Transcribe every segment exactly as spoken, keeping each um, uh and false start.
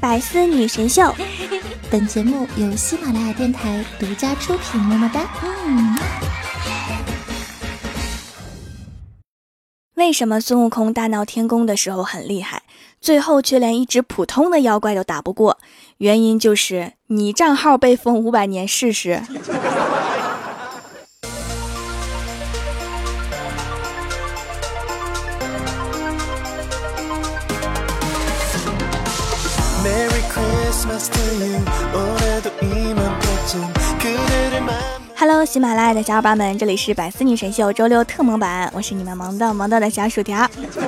百思女神秀。 本节目由喜马拉雅电台独家出品，么么哒。嗯。 为什么孙悟空大闹天宫的时候很厉害，最后却连一只普通的妖怪都打不过？原因就是你账号被封五百年试试。Hello， 喜马拉雅的小伙伴们，这里是百思女神秀周六特萌版，我是你们萌到萌到的小薯条。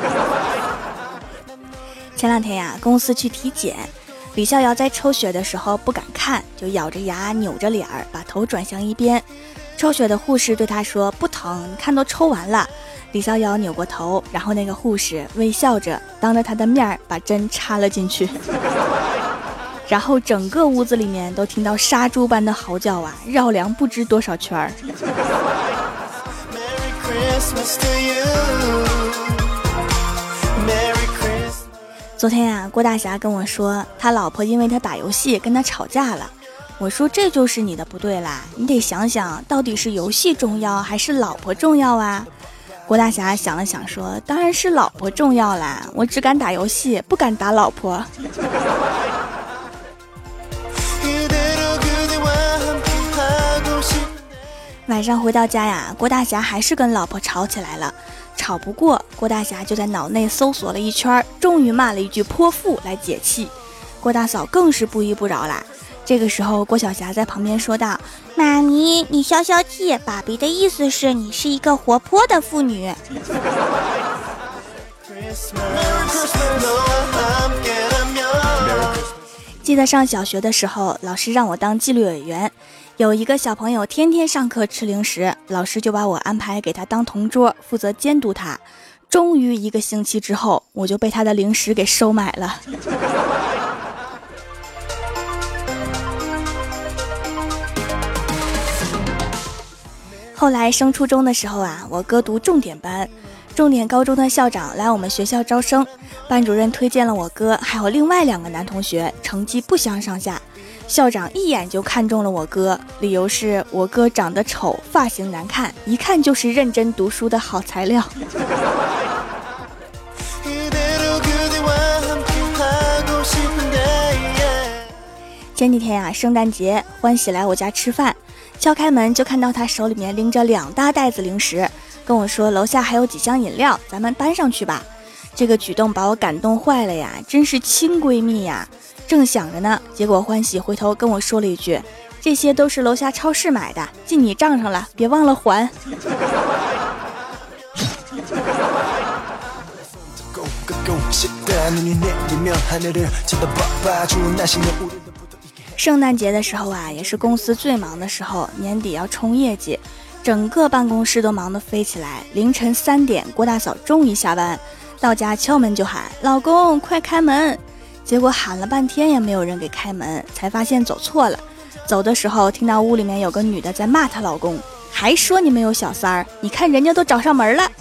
前两天呀，公司去体检，李逍遥在抽血的时候不敢看，就咬着牙扭着脸儿，把头转向一边。抽血的护士对他说：“不疼，看都抽完了。”李逍遥扭过头，然后那个护士微笑着当着他的面把针插了进去。然后整个屋子里面都听到杀猪般的嚎叫啊，绕梁不知多少圈儿。昨天呀、啊，郭大侠跟我说，他老婆因为他打游戏跟他吵架了。我说这就是你的不对啦，你得想想到底是游戏重要还是老婆重要啊？郭大侠想了想说，当然是老婆重要啦，我只敢打游戏，不敢打老婆。晚上回到家呀，郭大侠还是跟老婆吵起来了。吵不过，郭大侠就在脑内搜索了一圈，终于骂了一句泼妇来解气。郭大嫂更是不依不饶啦。这个时候，郭晓霞在旁边说道：“妈咪，你消消气，爸比的意思是你是一个活泼的妇女。”记得上小学的时候，老师让我当纪律委员。有一个小朋友天天上课吃零食，老师就把我安排给他当同桌，负责监督他。终于一个星期之后，我就被他的零食给收买了。后来升初中的时候啊，我哥读重点班，重点高中的校长来我们学校招生，班主任推荐了我哥还有另外两个男同学，成绩不相上下。校长一眼就看中了我哥，理由是我哥长得丑，发型难看，一看就是认真读书的好材料。前几天呀、啊，圣诞节，欢喜来我家吃饭，敲开门就看到他手里面拎着两大袋子零食，跟我说楼下还有几箱饮料，咱们搬上去吧。这个举动把我感动坏了呀，真是亲闺蜜呀。正想着呢，结果欢喜回头跟我说了一句：“这些都是楼下超市买的，进你账上了，别忘了还。”圣诞节的时候啊，也是公司最忙的时候，年底要冲业绩，整个办公室都忙得飞起来。凌晨三点，郭大嫂终于下班，到家敲门就喊：“老公，快开门！”结果喊了半天也没有人给开门，才发现走错了。走的时候听到屋里面有个女的在骂她老公，还说你没有小三儿，你看人家都找上门了。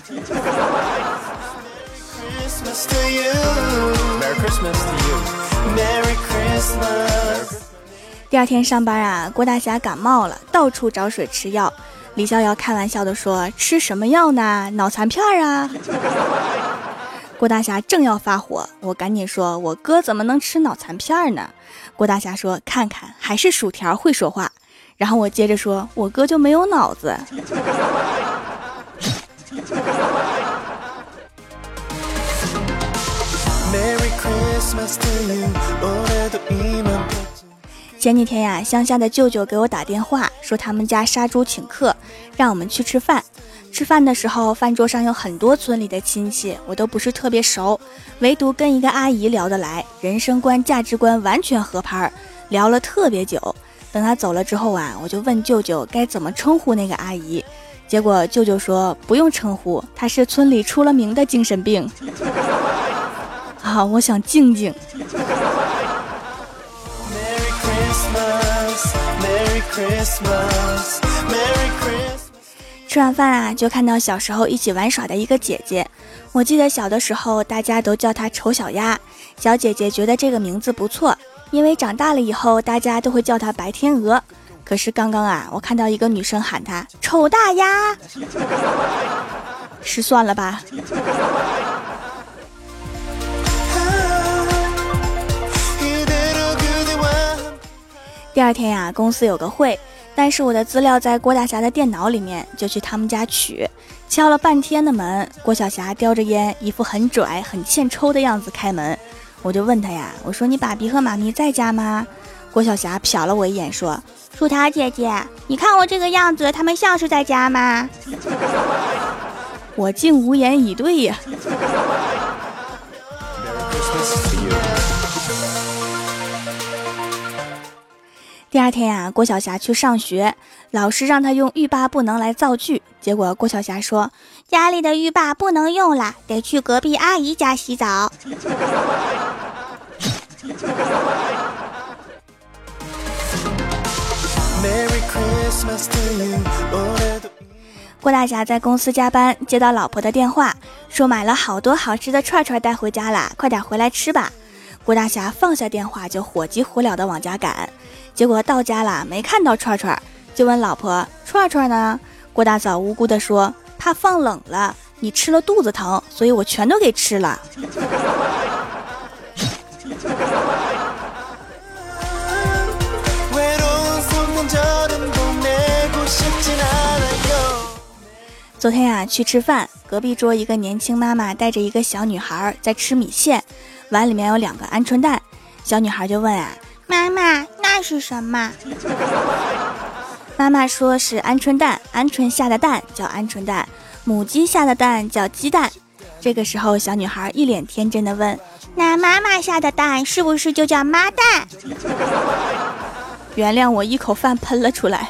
第二天上班啊，郭大侠感冒了，到处找水吃药。李逍遥开玩笑地说：“吃什么药呢？脑残片啊！”郭大侠正要发火，我赶紧说：“我哥怎么能吃脑残片呢？”郭大侠说：“看看，还是薯条会说话。”然后我接着说：“我哥就没有脑子。”前几天呀，乡下的舅舅给我打电话说他们家杀猪请客，让我们去吃饭。吃饭的时候，饭桌上有很多村里的亲戚，我都不是特别熟，唯独跟一个阿姨聊得来，人生观价值观完全合拍，聊了特别久。等他走了之后啊，我就问舅舅该怎么称呼那个阿姨，结果舅舅说不用称呼，她是村里出了名的精神病。啊，我想静静。吃完饭啊，就看到小时候一起玩耍的一个姐姐。我记得小的时候大家都叫她丑小鸭， 小姐姐觉得这个名字不错，因为长大了以后大家都会叫她白天鹅。可是刚刚啊，我看到一个女生喊她丑大鸭，失算了吧。第二天呀、啊，公司有个会，但是我的资料在郭大侠的电脑里面，就去他们家取，敲了半天的门，郭晓霞叼着烟，一副很拽很欠抽的样子开门。我就问他呀，我说你爸比和妈咪在家吗？郭晓霞瞟了我一眼说，薯条姐姐，你看我这个样子，他们像是在家吗？我竟无言以对呀。第二天呀、啊，郭晓霞去上学，老师让她用欲罢不能来造句，结果郭晓霞说，家里的浴霸不能用了，得去隔壁阿姨家洗澡。郭大侠在公司加班，接到老婆的电话，说买了好多好吃的串串带回家啦，快点回来吃吧。郭大侠放下电话就火急火燎地往家赶，结果到家了没看到串串，就问老婆串串呢？郭大嫂无辜地说，怕放冷了，你吃了肚子疼，所以我全都给吃了。昨天呀、啊、去吃饭，隔壁桌一个年轻妈妈带着一个小女孩在吃米线，碗里面有两个鹌鹑蛋，小女孩就问啊，妈妈那是什么？妈妈说是鹌鹑蛋，鹌鹑下的蛋叫鹌鹑蛋，母鸡下的蛋叫鸡蛋。这个时候小女孩一脸天真的问，那妈妈下的蛋是不是就叫妈蛋？原谅我一口饭喷了出来。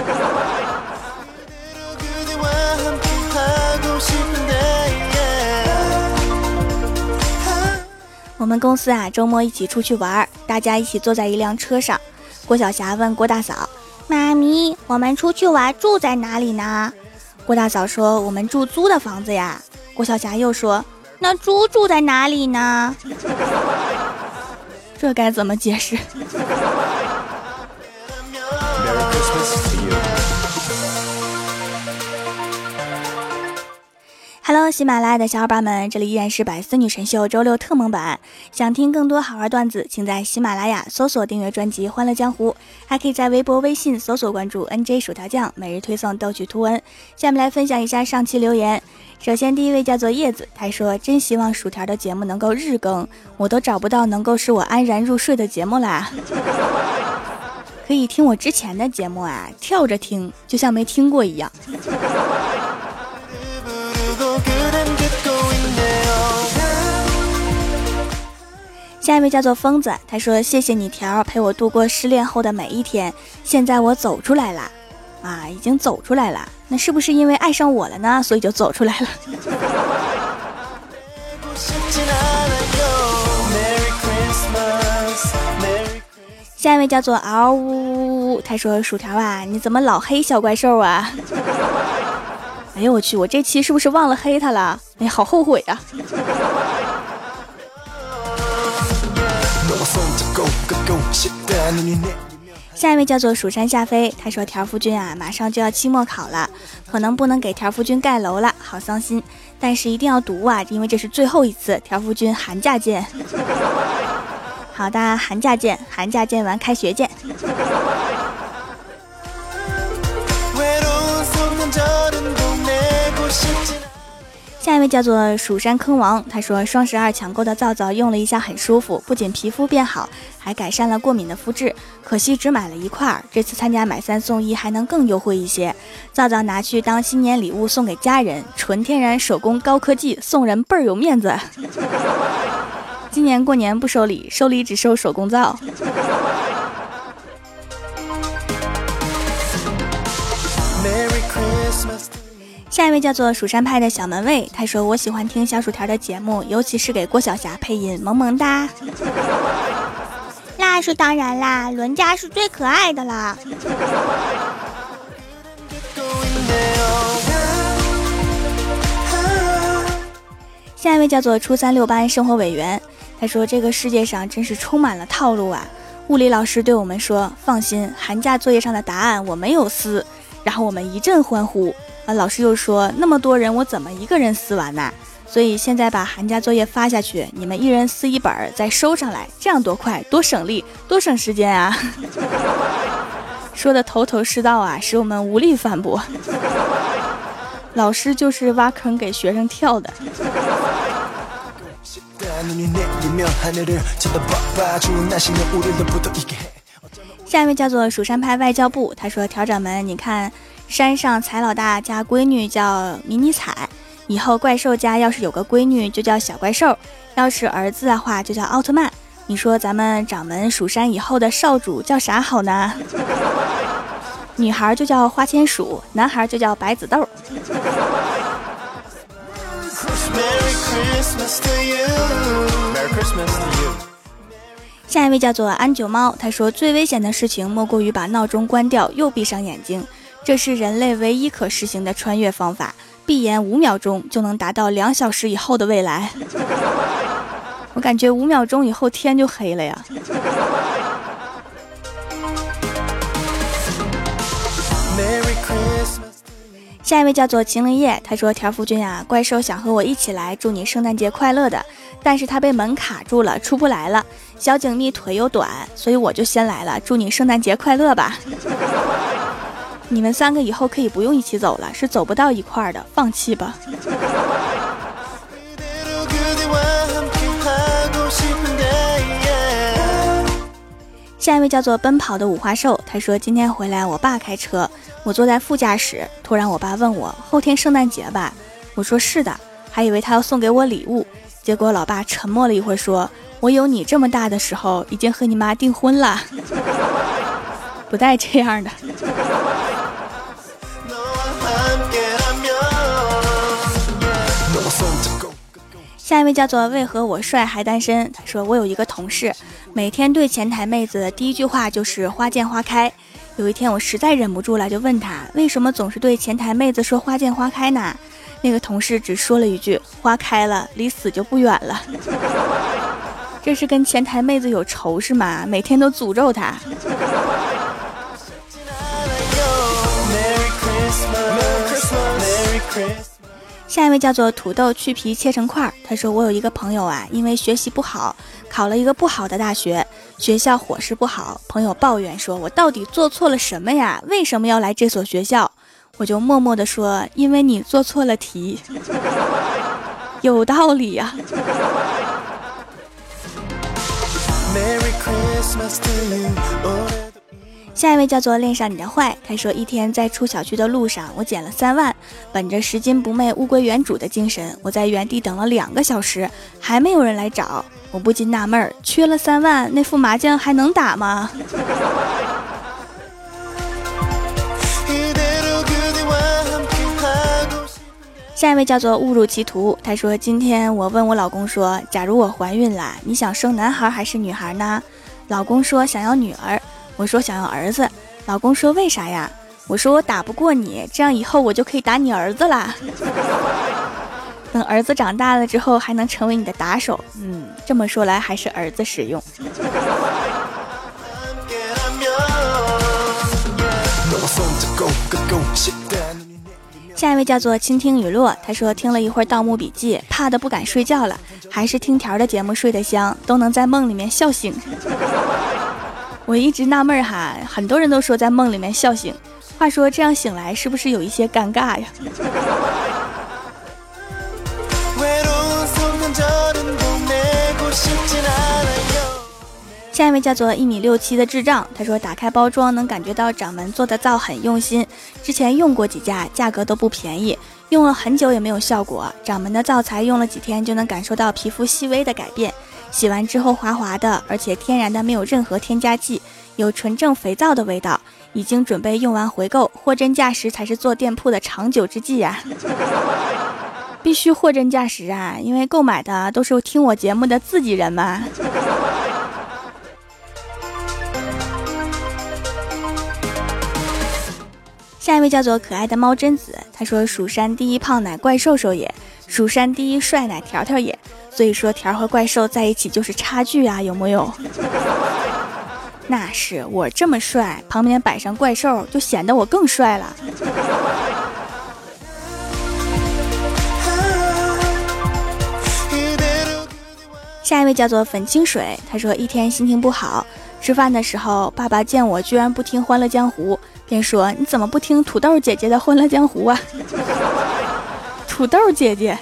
我们公司啊，周末一起出去玩，大家一起坐在一辆车上。郭晓霞问郭大嫂，妈咪，我们出去玩住在哪里呢？郭大嫂说，我们住租的房子呀。郭晓霞又说，那猪住在哪里呢？这该怎么解释？Hello， 喜马拉雅的小伙伴们，这里依然是百思女神秀周六特蒙版。想听更多好玩段子，请在喜马拉雅搜索订阅专辑《欢乐江湖》，还可以在微博、微信搜索关注 N J 薯条酱，每日推送逗趣图文。下面来分享一下上期留言。首先第一位叫做叶子，他说真希望薯条的节目能够日更，我都找不到能够使我安然入睡的节目啦。可以听我之前的节目啊，跳着听，就像没听过一样。下一位叫做疯子，他说谢谢你条陪我度过失恋后的每一天，现在我走出来了啊，已经走出来了，那是不是因为爱上我了呢，所以就走出来了？下一位叫做嗷呜，他说薯条啊，你怎么老黑小怪兽啊？哎呦我去，我这期是不是忘了黑他了？哎，好后悔啊。下一位叫做蜀山下飞，他说条夫君啊，马上就要期末考了，可能不能给条夫君盖楼了，好伤心，但是一定要读啊，因为这是最后一次，条夫君寒假见。好的，寒假见，寒假见完开学见。下一位叫做蜀山坑王，他说双十二抢购的皂皂用了一下很舒服，不仅皮肤变好，还改善了过敏的肤质，可惜只买了一块，这次参加买三送一还能更优惠一些。皂皂拿去当新年礼物送给家人，纯天然手工高科技，送人倍儿有面子。今年过年不收礼，收礼只收手工皂。下一位叫做蜀山派的小门卫，他说我喜欢听小薯条的节目，尤其是给郭晓霞配音，萌萌哒。那是当然啦，伦家是最可爱的啦。下一位叫做初三六班生活委员， 他说这个世界上真是充满了套路啊。物理老师对我们说，放心，寒假作业上的答案我没有撕。然后我们一阵欢呼啊，老师又说，那么多人我怎么一个人撕完呢？所以现在把寒假作业发下去，你们一人撕一本再收上来，这样多快多省力多省时间啊。说的头头是道啊，使我们无力反驳。老师就是挖坑给学生跳的。下一位叫做蜀山派外交部，他说，调掌门，你看山上财老大家闺女叫迷你彩，以后怪兽家要是有个闺女就叫小怪兽，要是儿子的话就叫奥特曼，你说咱们掌门蜀山以后的少主叫啥好呢？女孩就叫花千鼠，男孩就叫白子豆。下一位叫做安九猫，他说，最危险的事情莫过于把闹钟关掉又闭上眼睛，这是人类唯一可实行的穿越方法，闭眼五秒钟就能达到两小时以后的未来。我感觉五秒钟以后天就黑了呀。下一位叫做秦灵叶，他说，条夫君啊，怪兽想和我一起来祝你圣诞节快乐的，但是他被门卡住了，出不来了。小景蜜腿又短，所以我就先来了，祝你圣诞节快乐吧。你们三个以后可以不用一起走了，是走不到一块儿的，放弃吧。下一位叫做奔跑的五花兽，他说，今天回来我爸开车，我坐在副驾驶，突然我爸问我，后天圣诞节吧？我说是的，还以为他要送给我礼物，结果老爸沉默了一会儿说，我有你这么大的时候已经和你妈订婚了。不带这样的。下一位叫做为何我帅还单身，他说，我有一个同事每天对前台妹子的第一句话就是花见花开，有一天我实在忍不住了，就问他为什么总是对前台妹子说花见花开呢？那个同事只说了一句，花开了离死就不远了。这是跟前台妹子有仇是吗？每天都诅咒她。下一位叫做土豆去皮切成块，他说，我有一个朋友啊，因为学习不好考了一个不好的大学，学校伙食不好，朋友抱怨说，我到底做错了什么呀？为什么要来这所学校？我就默默地说，因为你做错了题。有道理呀、下一位叫做恋上你的坏，他说，一天在出小区的路上，我捡了三万，本着拾金不昧物归原主的精神，我在原地等了两个小时，还没有人来找，我不禁纳闷，缺了三万，那副麻将还能打吗？下一位叫做误入歧途，他说，今天我问我老公说，假如我怀孕了，你想生男孩还是女孩呢？老公说想要女儿，我说想要儿子，老公说为啥呀？我说我打不过你，这样以后我就可以打你儿子啦。等儿子长大了之后还能成为你的打手，嗯，这么说来还是儿子实用。下一位叫做倾听雨落，他说，听了一会儿盗墓笔记，怕的不敢睡觉了，还是听条的节目睡得香，都能在梦里面笑醒。我一直纳闷哈，很多人都说在梦里面笑醒，话说这样醒来是不是有一些尴尬呀？下一位叫做一米六七的智障，他说，打开包装能感觉到掌门做的皂很用心，之前用过几家，价格都不便宜，用了很久也没有效果，掌门的皂才用了几天就能感受到皮肤细微的改变，洗完之后滑滑的，而且天然的，没有任何添加剂，有纯正肥皂的味道，已经准备用完回购，货真价实才是做店铺的长久之计啊。必须货真价实啊，因为购买的都是听我节目的自己人嘛。下一位叫做可爱的猫贞子，他说，蜀山第一胖乃怪兽兽也，蜀山第一帅乃条条也， 所以说条和怪兽在一起就是差距啊，有没有？那是我这么帅，旁边摆上怪兽就显得我更帅了。下一位叫做粉清水，他说一天心情不好，吃饭的时候爸爸见我居然不听欢乐江湖，便说你怎么不听土豆姐姐的欢乐江湖啊？土豆姐姐。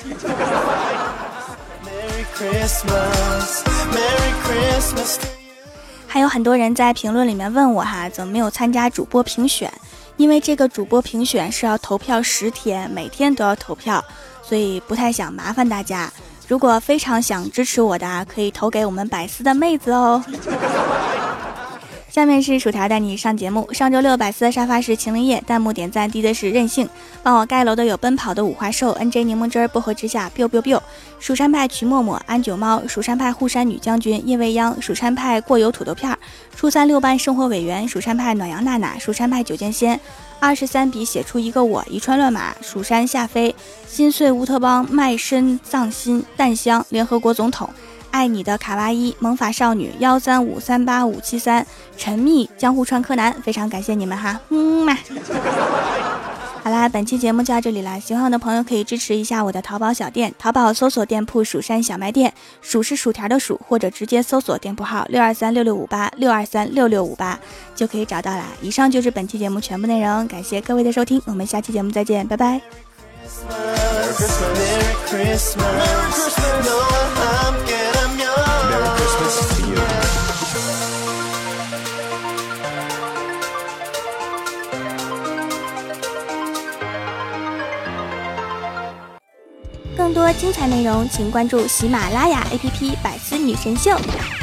还有很多人在评论里面问我哈，怎么没有参加主播评选？因为这个主播评选是要投票十天，每天都要投票，所以不太想麻烦大家。如果非常想支持我的，可以投给我们百思的妹子哦。下面是薯条带你上节目。上周六百思的沙发是秦灵叶，弹幕点赞低的是任性，帮我盖楼的有奔跑的五花兽 N J 柠檬汁薄荷之下 biu biu biu 蜀山派瞿默默安九猫蜀山派护山女将军叶未央蜀山派过油土豆片初三六班生活委员蜀山派暖阳娜娜蜀山派九剑仙二十三笔写出一个我一串乱码蜀山夏飞心碎乌托邦卖身葬心淡香联合国总统爱你的卡哇伊萌法少女幺三五三八五七三陈密江户川柯南，非常感谢你们哈，嗯嘛。好啦，本期节目就到这里啦，喜欢我的朋友可以支持一下我的淘宝小店，淘宝搜索店铺蜀山小卖店，蜀是薯条的蜀，或者直接搜索店铺号六二三六六五八六二三六六五八就可以找到啦。以上就是本期节目全部内容，感谢各位的收听，我们下期节目再见，拜拜。Merry Christmas, Merry Christmas, Merry Christmas, no, I'm getting young. Merry Christmas to you. 更多精彩内容，请关注喜马拉雅 A P P 百思女神秀。